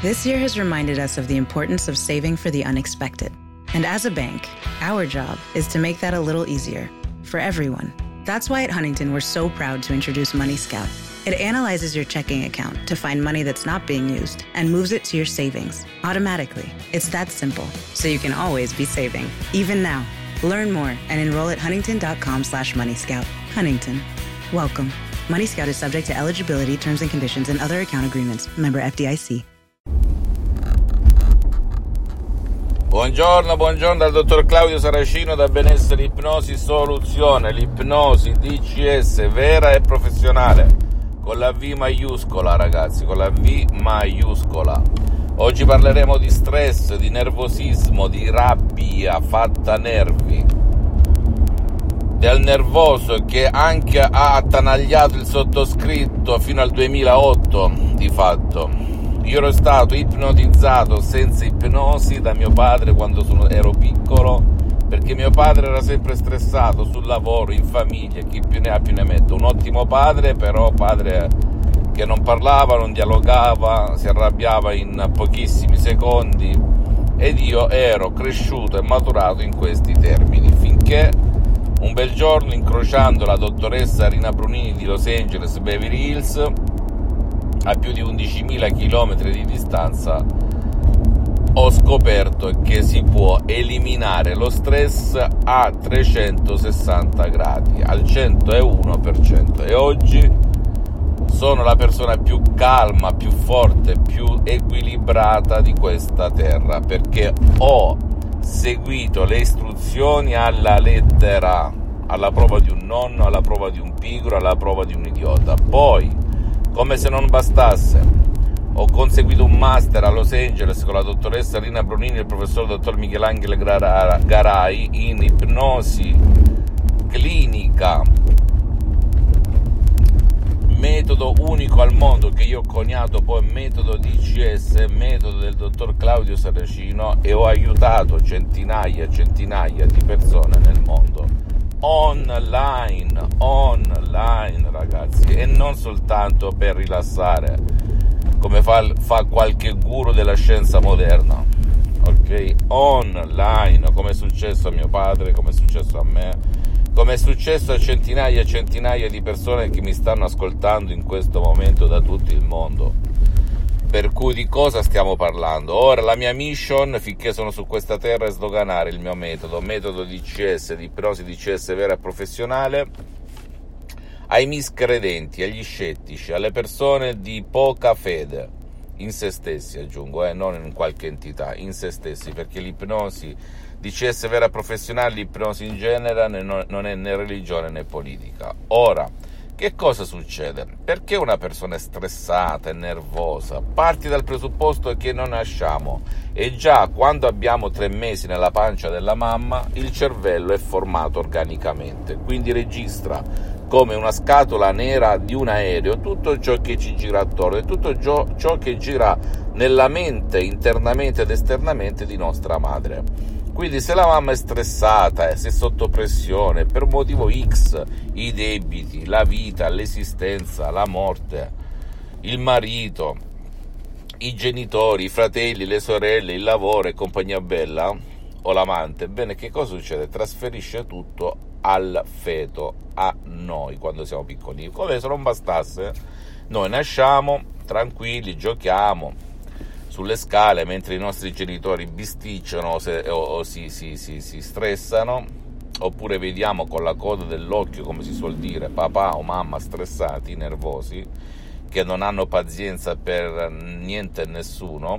This year has reminded us of the importance of saving for the unexpected. And as a bank, our job is to make that a little easier for everyone. That's why at Huntington, we're so proud to introduce Money Scout. It analyzes your checking account to find money that's not being used and moves it to your savings automatically. It's that simple, so you can always be saving, even now. Learn more and enroll at huntington.com/moneyscout. Huntington. Welcome. Money Scout is subject to eligibility, terms and conditions, and other account agreements. Member FDIC. Buongiorno dal dottor Claudio Saracino da Benessere Ipnosi Soluzione, l'ipnosi DCS vera e professionale, con la V maiuscola ragazzi, con la V maiuscola. Oggi parleremo di stress, di nervosismo, di rabbia fatta nervi, del nervoso che anche ha attanagliato il sottoscritto fino al 2008 di fatto. Io ero stato ipnotizzato senza ipnosi da mio padre quando ero piccolo, perché mio padre era sempre stressato sul lavoro, in famiglia, chi più ne ha più ne mette. Un ottimo padre, però padre che non parlava, non dialogava, si arrabbiava in pochissimi secondi, ed io ero cresciuto e maturato in questi termini, finché un bel giorno, incrociando la dottoressa Rina Brunini di Los Angeles Beverly Hills, a più di 11.000 km di distanza, ho scoperto che si può eliminare lo stress a 360 gradi, al 101%, e oggi sono la persona più calma, più forte, più equilibrata di questa terra, perché ho seguito le istruzioni alla lettera, alla prova di un nonno, alla prova di un pigro, alla prova di un idiota. Poi, come se non bastasse, ho conseguito un master a Los Angeles con la dottoressa Rina Brunini e il professor dottor Michelangelo Garai in ipnosi clinica, metodo unico al mondo che io ho coniato, poi metodo DCS, metodo del dottor Claudio Saracino, e ho aiutato centinaia di persone nel mondo. Online ragazzi, e non soltanto per rilassare come fa qualche guru della scienza moderna, ok? Online, come è successo a mio padre, come è successo a me, come è successo a centinaia di persone che mi stanno ascoltando in questo momento da tutto il mondo. Per cui di cosa stiamo parlando? Ora la mia mission, finché sono su questa terra, è sdoganare il mio metodo DCS, di ipnosi DCS vera e professionale, ai miscredenti, agli scettici, alle persone di poca fede in se stessi, aggiungo, non in qualche entità, in se stessi, perché l'ipnosi DCS vera e professionale, l'ipnosi in genere, non è né religione né politica. Ora, che cosa succede? Perché una persona è stressata e nervosa? Parti dal presupposto che non nasciamo, e già quando abbiamo 3 mesi nella pancia della mamma il cervello è formato organicamente, quindi registra come una scatola nera di un aereo tutto ciò che ci gira attorno e tutto ciò che gira nella mente internamente ed esternamente di nostra madre. Quindi se la mamma è stressata, se è sotto pressione per un motivo X, i debiti, la vita, l'esistenza, la morte, il marito, i genitori, i fratelli, le sorelle, il lavoro e compagnia bella, o l'amante, bene, che cosa succede? Trasferisce tutto al feto, a noi quando siamo piccolini. Come se non bastasse, noi nasciamo tranquilli, giochiamo sulle scale mentre i nostri genitori bisticciano o si stressano, oppure vediamo con la coda dell'occhio, come si suol dire, papà o mamma stressati, nervosi, che non hanno pazienza per niente e nessuno,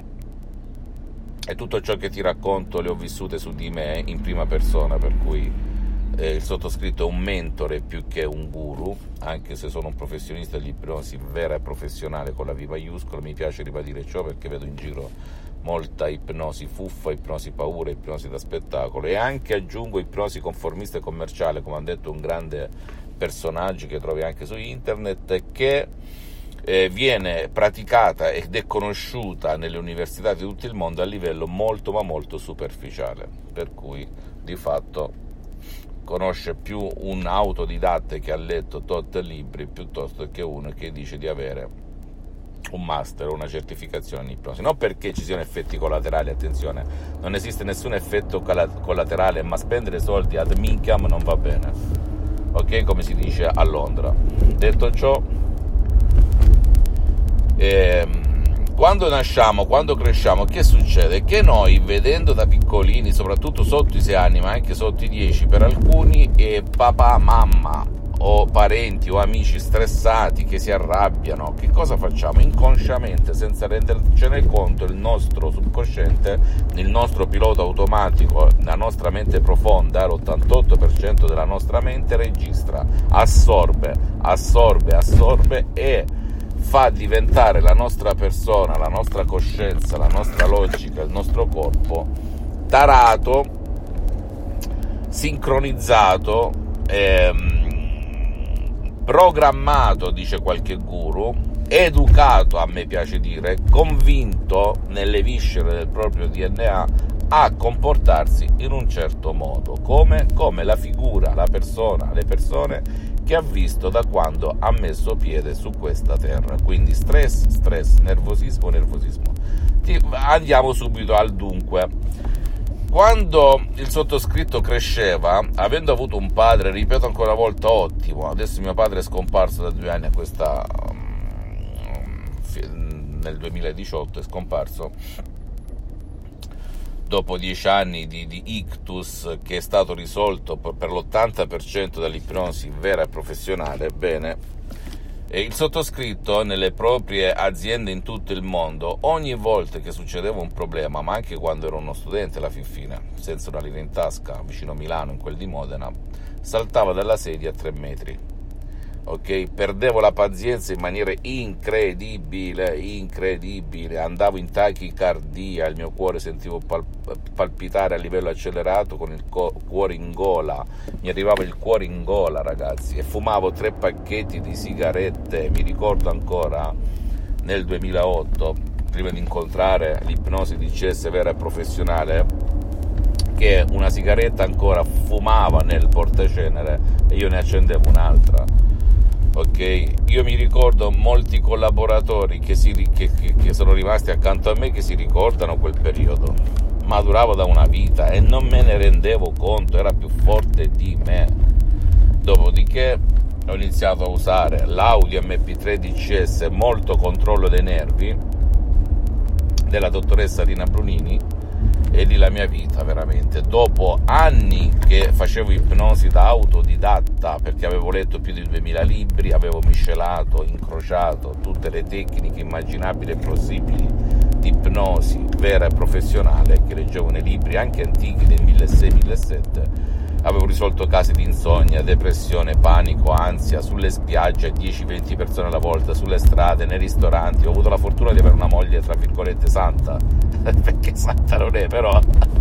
e tutto ciò che ti racconto le ho vissute su di me in prima persona, per cui il sottoscritto è un mentore più che un guru, anche se sono un professionista dell'ipnosi vera e professionale con la V maiuscola. Mi piace ribadire ciò perché vedo in giro molta ipnosi fuffa, ipnosi paura, ipnosi da spettacolo, e anche, aggiungo, ipnosi conformista e commerciale, come ha detto un grande personaggio che trovi anche su internet, che viene praticata ed è conosciuta nelle università di tutto il mondo a livello molto ma molto superficiale, per cui di fatto conosce più un autodidatta che ha letto tot libri piuttosto che uno che dice di avere un master o una certificazione in ipnosi, non perché ci siano effetti collaterali, attenzione, non esiste nessun effetto collaterale, ma spendere soldi ad minchiam non va bene, ok, come si dice a Londra. Detto ciò, quando nasciamo, quando cresciamo, che succede? Che noi, vedendo da piccolini, soprattutto sotto i 6 anni, ma anche sotto i 10 per alcuni, papà, mamma o parenti o amici stressati che si arrabbiano, che cosa facciamo? Inconsciamente, senza rendercene conto, il nostro subconsciente, il nostro pilota automatico, la nostra mente profonda, l'88% della nostra mente registra, assorbe e fa diventare la nostra persona, la nostra coscienza, la nostra logica, il nostro corpo tarato, sincronizzato, programmato, dice qualche guru, educato, a me piace dire, convinto nelle viscere del proprio DNA a comportarsi in un certo modo, come la figura, la persona, le persone che ha visto da quando ha messo piede su questa terra. Quindi stress, nervosismo. Andiamo subito al dunque. Quando il sottoscritto cresceva, avendo avuto un padre, ripeto ancora una volta, ottimo, adesso mio padre è scomparso da 2 anni nel 2018 è scomparso, dopo 10 anni di ictus che è stato risolto per l'80% dall'ipnosi vera e professionale. Bene, e il sottoscritto nelle proprie aziende in tutto il mondo, ogni volta che succedeva un problema, ma anche quando ero uno studente alla fine, senza una linea in tasca, vicino a Milano, in quel di Modena, saltava dalla sedia a 3 metri. Ok, perdevo la pazienza in maniera incredibile, andavo in tachicardia, il mio cuore sentivo palpitare a livello accelerato con il cuore in gola, mi arrivava il cuore in gola, ragazzi, e fumavo 3 pacchetti di sigarette, mi ricordo ancora, nel 2008, prima di incontrare l'ipnosi DCS vera e professionale, che una sigaretta ancora fumava nel portacenere e io ne accendevo un'altra. Ok, io mi ricordo molti collaboratori che sono rimasti accanto a me, che si ricordano quel periodo, ma durava da una vita e non me ne rendevo conto, era più forte di me. Dopodiché ho iniziato a usare l'audio MP3 DCS, molto controllo dei nervi, della dottoressa Rina Brunini, e lì la mia vita veramente, dopo anni che facevo ipnosi da autodidatta, perché avevo letto più di 2000 libri, avevo miscelato, incrociato tutte le tecniche immaginabili e possibili di ipnosi vera e professionale, che leggevo nei libri anche antichi del 1600-1700, avevo risolto casi di insonnia, depressione, panico, ansia, sulle spiagge, 10-20 persone alla volta, sulle strade, nei ristoranti. Ho avuto la fortuna di avere una moglie, tra virgolette, santa, perché santa non è, però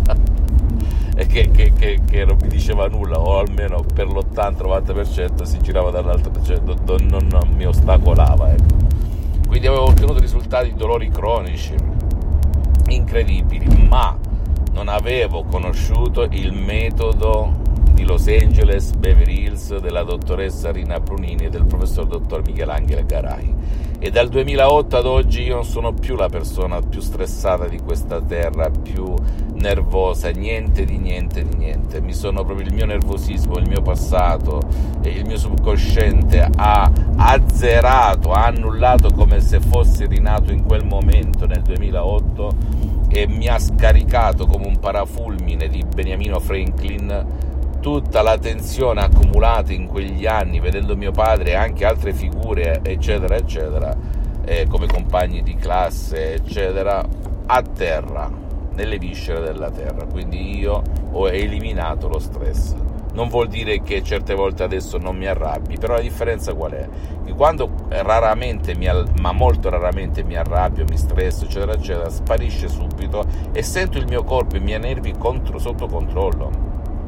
e che non mi diceva nulla, o almeno per l'80-90% si girava dall'altra, cioè non mi ostacolava, ecco. Quindi avevo ottenuto risultati di dolori cronici incredibili, ma non avevo conosciuto il metodo di Los Angeles, Beverly Hills, della dottoressa Rina Brunini e del professor dottor Michelangelo Garai. E dal 2008 ad oggi io non sono più la persona più stressata di questa terra, più nervosa, niente di niente. Mi sono proprio, il mio nervosismo, il mio passato e il mio subconsciente ha azzerato, ha annullato, come se fossi rinato in quel momento nel 2008, e mi ha scaricato come un parafulmine di Beniamino Franklin tutta la tensione accumulata in quegli anni, vedendo mio padre e anche altre figure, eccetera, come compagni di classe, eccetera, a terra, nelle viscere della terra. Quindi io ho eliminato lo stress. Non vuol dire che certe volte adesso non mi arrabbi, però la differenza qual è? Che quando molto raramente mi arrabbio, mi stresso, eccetera, sparisce subito e sento il mio corpo e i miei nervi sotto controllo.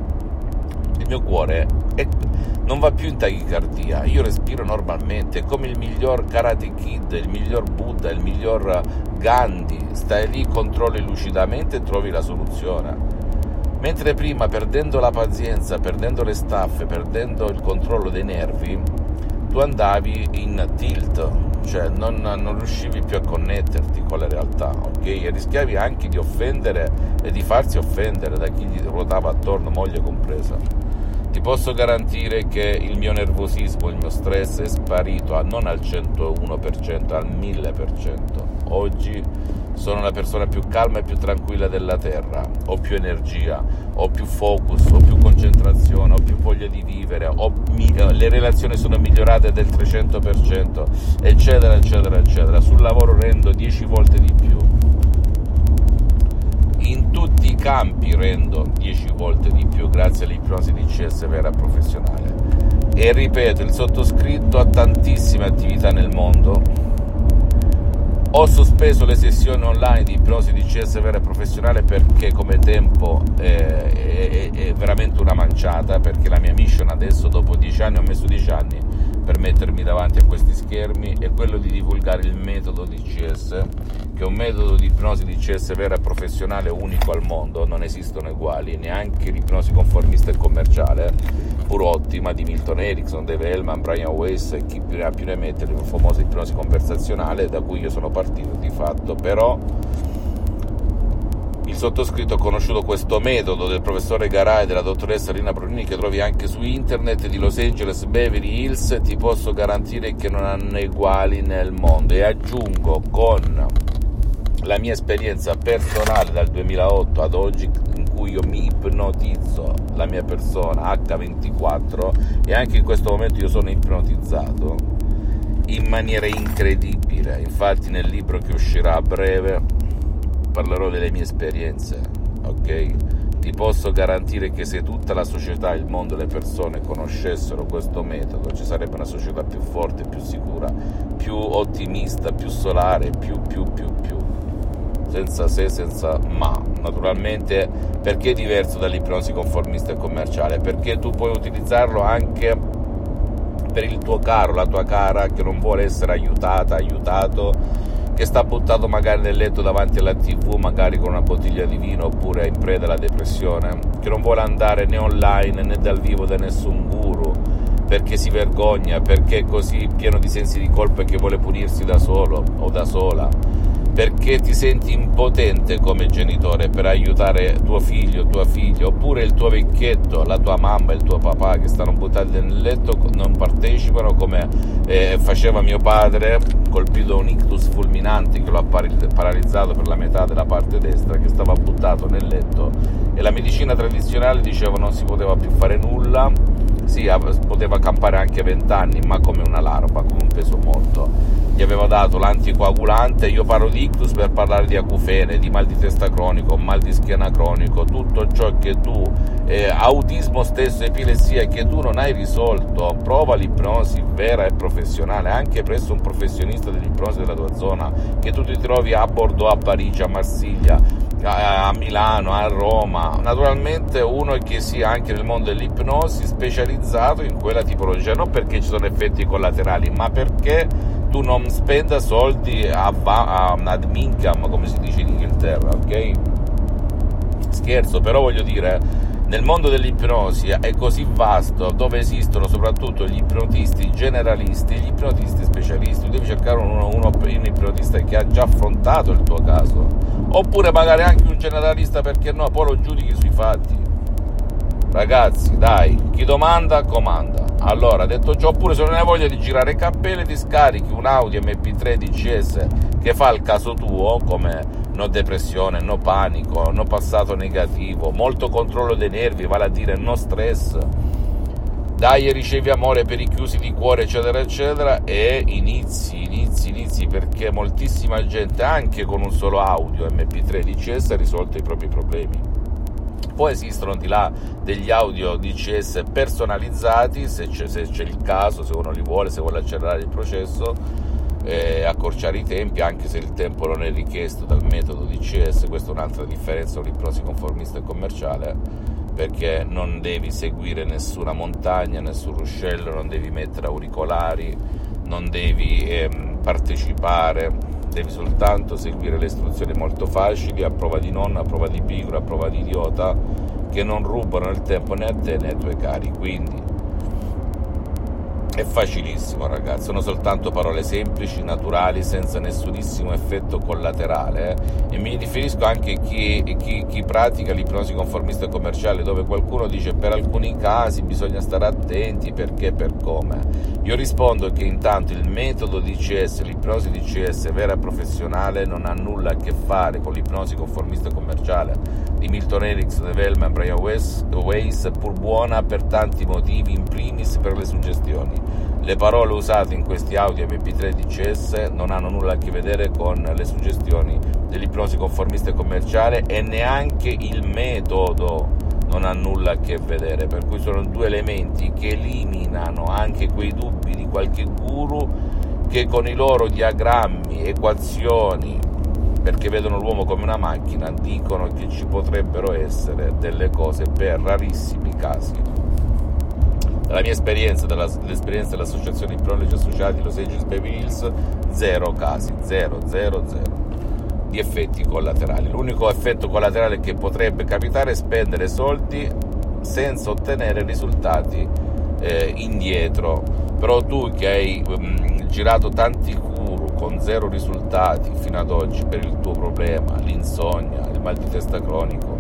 Il mio cuore non va più in tachicardia, io respiro normalmente, come il miglior Karate Kid, il miglior Buddha, il miglior Gandhi. Stai lì, controlli lucidamente e trovi la soluzione. Mentre prima, perdendo la pazienza, perdendo le staffe, perdendo il controllo dei nervi, tu andavi in tilt, cioè non riuscivi più a connetterti con la realtà, ok? E rischiavi anche di offendere e di farsi offendere da chi gli ruotava attorno, moglie compresa. Ti posso garantire che il mio nervosismo, il mio stress è sparito non al 101%, al 1000%. Oggi sono la persona più calma e più tranquilla della terra, ho più energia, ho più focus, ho più concentrazione, ho più voglia di vivere, le relazioni sono migliorate del 300%, eccetera, eccetera, eccetera. Sul lavoro rendo 10 volte di più. In tutti i campi rendo 10 volte di più grazie all'ipnosi DCS vera e professionale. E ripeto, il sottoscritto ha tantissime attività nel mondo. Ho sospeso le sessioni online di ipnosi DCS vera e professionale perché come tempo è veramente una manciata, perché la mia mission adesso, dopo 10 anni, ho messo 10 anni per mettermi davanti a questi schermi, è quello di divulgare il metodo DCS, che è un metodo di ipnosi DCS vera e professionale unico al mondo, non esistono uguali, neanche l'ipnosi conformista e commerciale, pur ottima, di Milton Erickson, Dave Hellman, Brian Weiss e chi più ne mette, la famosa ipnosi conversazionale da cui io sono partito di fatto. Però il sottoscritto ha conosciuto questo metodo del professore Garay e della dottoressa Rina Brunini, che trovi anche su internet, di Los Angeles, Beverly Hills. Ti posso garantire che non hanno uguali nel mondo, e aggiungo, con la mia esperienza personale dal 2008 ad oggi, in cui io mi ipnotizzo la mia persona H24, e anche in questo momento io sono ipnotizzato in maniera incredibile. Infatti nel libro che uscirà a breve parlerò delle mie esperienze, ok? Ti posso garantire che se tutta la società, il mondo, le persone conoscessero questo metodo, ci sarebbe una società più forte, più sicura, più ottimista, più solare, più, senza se, senza ma. Naturalmente, perché è diverso dall'ipnosi conformista e commerciale? Perché tu puoi utilizzarlo anche per il tuo caro, la tua cara, che non vuole essere aiutato, che sta buttato magari nel letto davanti alla TV, magari con una bottiglia di vino, oppure in preda alla depressione, che non vuole andare né online né dal vivo da nessun guru, perché si vergogna, perché è così pieno di sensi di colpa e che vuole punirsi da solo o da sola, perché ti senti impotente come genitore per aiutare tuo figlio, tua figlia, oppure il tuo vecchietto, la tua mamma e il tuo papà che stanno buttati nel letto, non partecipano, come faceva mio padre, colpito da un ictus fulminante che lo ha paralizzato per la metà della parte destra, che stava buttato nel letto, e la medicina tradizionale diceva non si poteva più fare nulla. Sì, poteva campare anche 20 anni, ma come una larva, con un peso morto. Gli aveva dato l'anticoagulante. Io parlo di ictus per parlare di acufene, di mal di testa cronico, mal di schiena cronico, tutto ciò che tu, autismo stesso, epilessia, che tu non hai risolto. Prova l'ipnosi vera e professionale, anche presso un professionista dell'ipnosi della tua zona, che tu ti trovi a Bordeaux, a Parigi, a Marsiglia, a Milano, a Roma. Naturalmente uno che sia anche nel mondo dell'ipnosi specializzato in quella tipologia, non perché ci sono effetti collaterali, ma perché tu non spenda soldi ad income, come si dice in Inghilterra, ok? Scherzo, però voglio dire, nel mondo dell'ipnosi è così vasto, dove esistono soprattutto gli ipnotisti generalisti e gli ipnotisti specialisti. Tu devi cercare un ipnotista che ha già affrontato il tuo caso, oppure magari anche un generalista, perché no, poi lo giudichi sui fatti. Ragazzi, dai, chi domanda comanda. Allora, detto ciò, oppure se non hai voglia di girare i cappelli, ti scarichi un Audio MP3 DCS che fa il caso tuo, come no depressione, no panico, no passato negativo, molto controllo dei nervi, vale a dire no stress, dai e ricevi amore per i chiusi di cuore, eccetera eccetera, e inizi, perché moltissima gente anche con un solo Audio MP3 DCS ha risolto i propri problemi. Poi esistono di là degli Audio DCS personalizzati, se c'è il caso, se uno li vuole, se vuole accelerare il processo, accorciare i tempi, anche se il tempo non è richiesto dal metodo DCS. Questa è un'altra differenza con l'ipnosi conformista e commerciale, perché non devi seguire nessuna montagna, nessun ruscello, non devi mettere auricolari, non devi partecipare, devi soltanto seguire le istruzioni molto facili, a prova di nonna, a prova di pigro, a prova di idiota, che non rubano il tempo né a te né ai tuoi cari. Quindi È facilissimo, ragazzi, sono soltanto parole semplici, naturali, senza nessunissimo effetto collaterale, e mi riferisco anche a chi pratica l'ipnosi conformista commerciale, dove qualcuno dice per alcuni casi bisogna stare attenti perché per come. Io rispondo che intanto il metodo DCS, l'ipnosi DCS vera e professionale, non ha nulla a che fare con l'ipnosi conformista commerciale di Milton Erickson, Dave Hellman, Brian Weiss, pur buona per tanti motivi, in primis per le suggestioni. Le parole usate in questi audio MP3 DCS non hanno nulla a che vedere con le suggestioni dell'ipnosi conformista commerciale, e neanche il metodo non ha nulla a che vedere, per cui sono due elementi che eliminano anche quei dubbi di qualche guru che con i loro diagrammi, equazioni, perché vedono l'uomo come una macchina, dicono che ci potrebbero essere delle cose per rarissimi casi. Dalla mia esperienza, dall'esperienza dell'associazione Ipnologi Associati Los Angeles Beverly Hills, 0 casi, 0 di effetti collaterali. L'unico effetto collaterale che potrebbe capitare è spendere soldi senza ottenere risultati indietro. Però tu che hai girato tanti guru con 0 risultati fino ad oggi per il tuo problema, l'insonnia, il mal di testa cronico,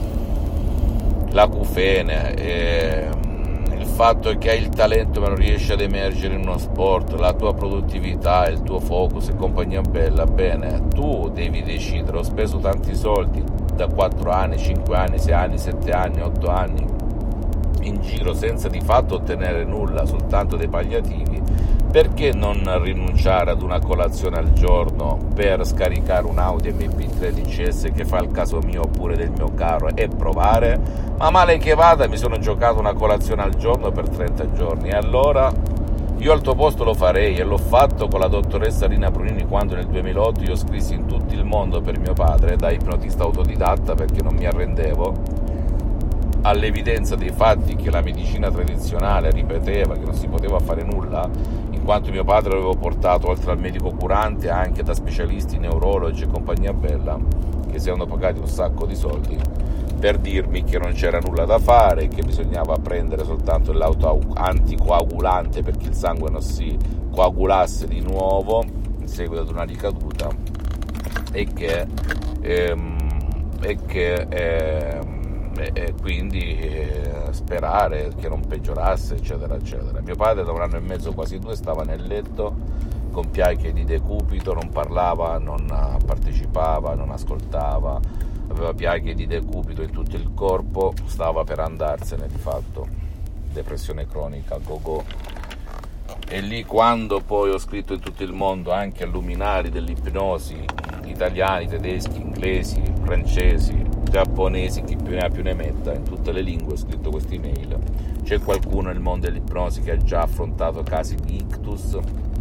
l'acufene, il fatto è che hai il talento ma non riesci ad emergere in uno sport, la tua produttività, il tuo focus e compagnia bella, bene, tu devi decidere. Ho speso tanti soldi da 4 anni, 5 anni, 6 anni, 7 anni, 8 anni in giro senza di fatto ottenere nulla, soltanto dei palliativi. Perché non rinunciare ad una colazione al giorno per scaricare un Audi MP3 DCS che fa il caso mio oppure del mio caro e provare? Ma male che vada, mi sono giocato una colazione al giorno per 30 giorni, e allora io al tuo posto lo farei, e l'ho fatto con la dottoressa Rina Brunini quando nel 2008 io scrissi in tutto il mondo per mio padre, da ipnotista autodidatta, perché non mi arrendevo all'evidenza dei fatti che la medicina tradizionale ripeteva che non si poteva fare nulla, in quanto mio padre l'avevo portato oltre al medico curante anche da specialisti neurologi e compagnia bella che si erano pagati un sacco di soldi per dirmi che non c'era nulla da fare, che bisognava prendere soltanto l'auto anticoagulante perché il sangue non si coagulasse di nuovo in seguito ad una ricaduta, e quindi sperare che non peggiorasse, eccetera eccetera. Mio padre da 1 anno e mezzo, quasi 2, stava nel letto con piaghe di decubito, non parlava, non partecipava, non ascoltava, aveva piaghe di decubito in tutto il corpo, stava per andarsene di fatto, depressione cronica, go. E lì, quando poi ho scritto in tutto il mondo anche a luminari dell'ipnosi, italiani, tedeschi, inglesi, francesi, giapponesi, chi più ne ha più ne metta, in tutte le lingue ho scritto queste email. C'è qualcuno nel mondo dell'ipnosi che ha già affrontato casi di ictus,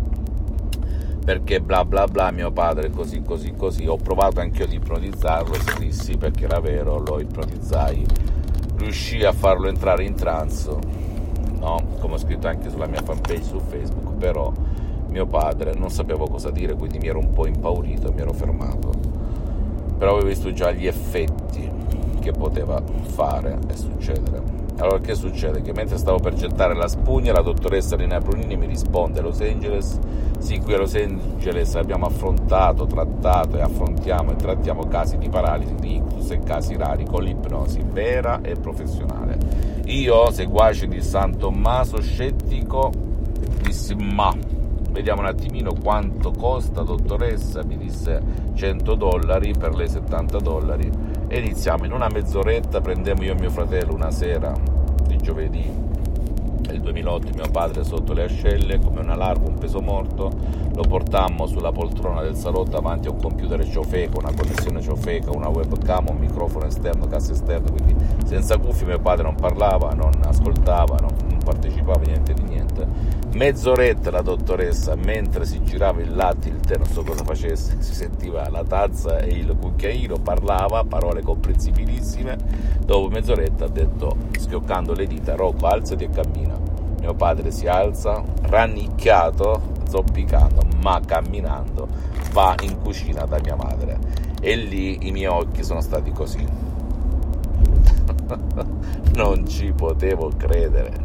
perché bla bla bla, mio padre così, ho provato anche io ad ipnotizzarlo, scrissi perché era vero, lo ipnotizzai, riuscii a farlo entrare in trance, no? Come ho scritto anche sulla mia fanpage su Facebook, però mio padre non sapevo cosa dire, quindi mi ero un po' impaurito, mi ero fermato, però avevo visto già gli effetti che poteva fare e succedere. Allora che succede? Che mentre stavo per gettare la spugna, la dottoressa Rina Brunini mi risponde: Los Angeles, sì, qui a Los Angeles abbiamo affrontato, trattato e affrontiamo e trattiamo casi di paralisi, di ictus e casi rari con l'ipnosi vera e professionale. Io, seguace di San Tommaso, scettico, dissi: ma vediamo un attimino quanto costa, dottoressa. Mi disse $100 per lei, $70, e iniziamo. In una mezz'oretta prendemmo io e mio fratello una sera di giovedì del 2008 mio padre sotto le ascelle come una larva, un peso morto, lo portammo sulla poltrona del salotto avanti a un computer ciofeca, una connessione ciofeca, una webcam, un microfono esterno, cassa esterna, quindi senza cuffie. Mio padre non parlava, non ascoltava, non partecipava, niente di niente. Mezz'oretta la dottoressa, mentre si girava il latte, il tè, non so cosa facesse, si sentiva la tazza e il cucchiaino, parlava, parole comprensibilissime. Dopo mezz'oretta ha detto, schioccando le dita: Rocco, alzati e cammina. Mio padre si alza, rannicchiato, zoppicando, ma camminando, va in cucina da mia madre, e lì i miei occhi sono stati così. Non ci potevo credere,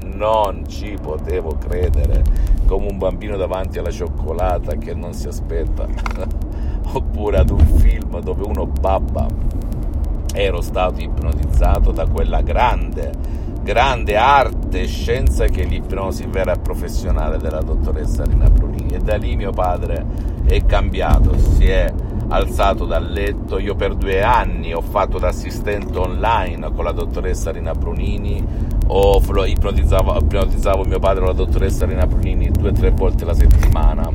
come un bambino davanti alla cioccolata che non si aspetta, oppure ad un film dove uno babba. Ero stato ipnotizzato da quella grande arte e scienza che è l'ipnosi vera e professionale della dottoressa Rina Brunini, e da lì mio padre è cambiato, si è alzato dal letto. Io per 2 anni ho fatto da assistente online con la dottoressa Rina Brunini, ipnotizzavo mio padre o la dottoressa Rina Brunini 2-3 volte la settimana,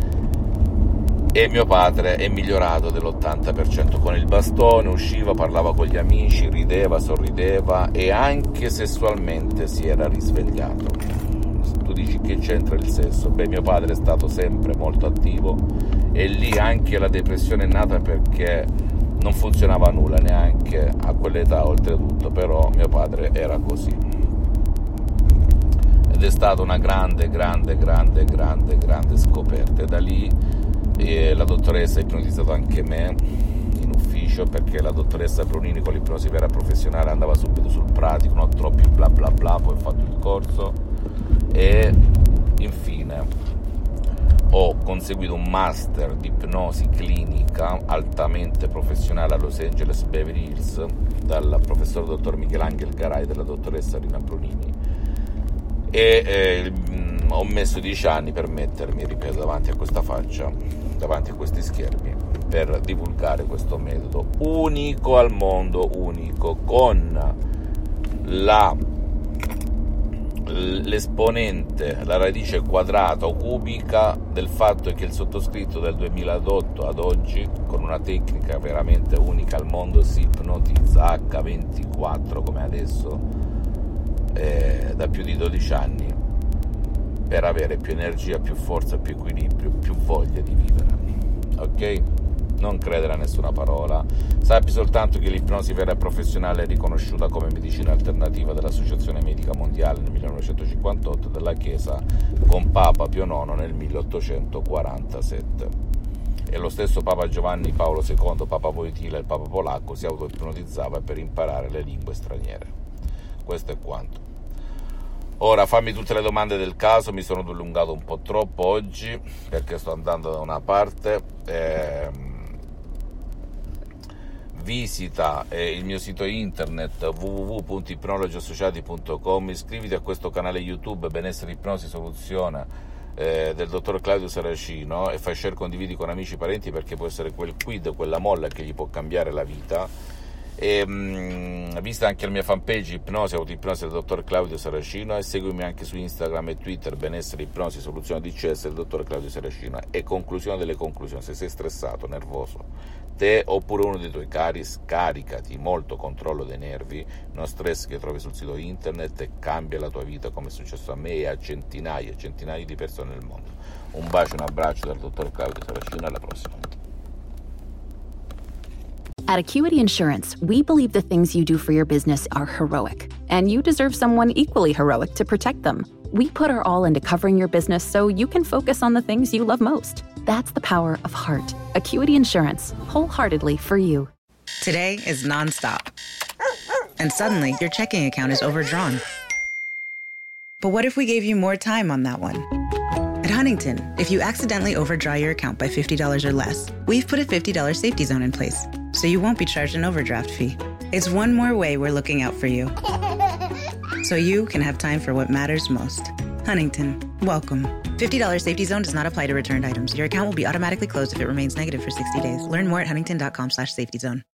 e mio padre è migliorato dell'80%. Con il bastone usciva, parlava con gli amici, rideva, sorrideva e anche sessualmente si era risvegliato. Tu dici che c'entra il sesso? Beh, mio padre è stato sempre molto attivo, e lì anche la depressione è nata perché non funzionava nulla neanche a quell'età, oltretutto, però mio padre era così. Ed è stata una grande scoperta, e da lì la dottoressa ha ipnotizzato anche me in ufficio, perché la dottoressa Brunini con l'ipnosi vera professionale andava subito sul pratico, non troppi bla bla bla. Poi ho fatto il corso e infine ho conseguito un master di ipnosi clinica altamente professionale a Los Angeles Beverly Hills dal professor dottor Michelangelo Garai della dottoressa Rina Brunini, e ho messo 10 anni per mettermi, ripeto, davanti a questa faccia, davanti a questi schermi, per divulgare questo metodo unico al mondo, unico, con l'esponente, la radice quadrata o cubica del fatto che il sottoscritto del 2008 ad oggi, con una tecnica veramente unica al mondo, si ipnotizza H24 come adesso da più di 12 anni, per avere più energia, più forza, più equilibrio, più voglia di vivere. Ok? Non credere a nessuna parola, sappi soltanto che l'ipnosi vera e professionale è riconosciuta come medicina alternativa dall'Associazione Medica Mondiale nel 1958 e dalla Chiesa con Papa Pio IX nel 1847. E lo stesso Papa Giovanni Paolo II, Papa Wojtyla e il Papa polacco si auto-ipnotizzava per imparare le lingue straniere. Questo è quanto. Ora fammi tutte le domande del caso, mi sono dilungato un po' troppo oggi perché sto andando da una parte. Visita il mio sito internet www.ipnologiassociati.com, iscriviti a questo canale YouTube Benessere Ipnosi Soluzione del dottor Claudio Saracino, e fai share, condividi con amici e parenti, perché può essere quel quid, quella molla che gli può cambiare la vita. E visita anche la mia fanpage Ipnosi, Autoipnosi del dottor Claudio Saracino, e seguimi anche su Instagram e Twitter Benessere Ipnosi Soluzione DCS del dottor Claudio Saracino. E conclusione delle conclusioni: se sei stressato, nervoso, te oppure uno dei tuoi cari, scaricati molto controllo dei nervi, no stress, che trovi sul sito internet, e cambia la tua vita, come è successo a me e a centinaia di persone nel mondo. Un bacio, un abbraccio dal dottor Claudio Saracino, alla prossima. At Acuity Insurance, we believe the things you do for your business are heroic, and you deserve someone equally heroic to protect them. We put our all into covering your business so you can focus on the things you love most. That's the power of heart. Acuity Insurance, wholeheartedly for you. Today is nonstop. And suddenly, your checking account is overdrawn. But what if we gave you more time on that one? At Huntington, if you accidentally overdraw your account by $50 or less, we've put a $50 safety zone in place, so you won't be charged an overdraft fee. It's one more way we're looking out for you, so you can have time for what matters most. Huntington, welcome. $50 safety zone does not apply to returned items. Your account will be automatically closed if it remains negative for 60 days. Learn more at huntington.com/safety zone.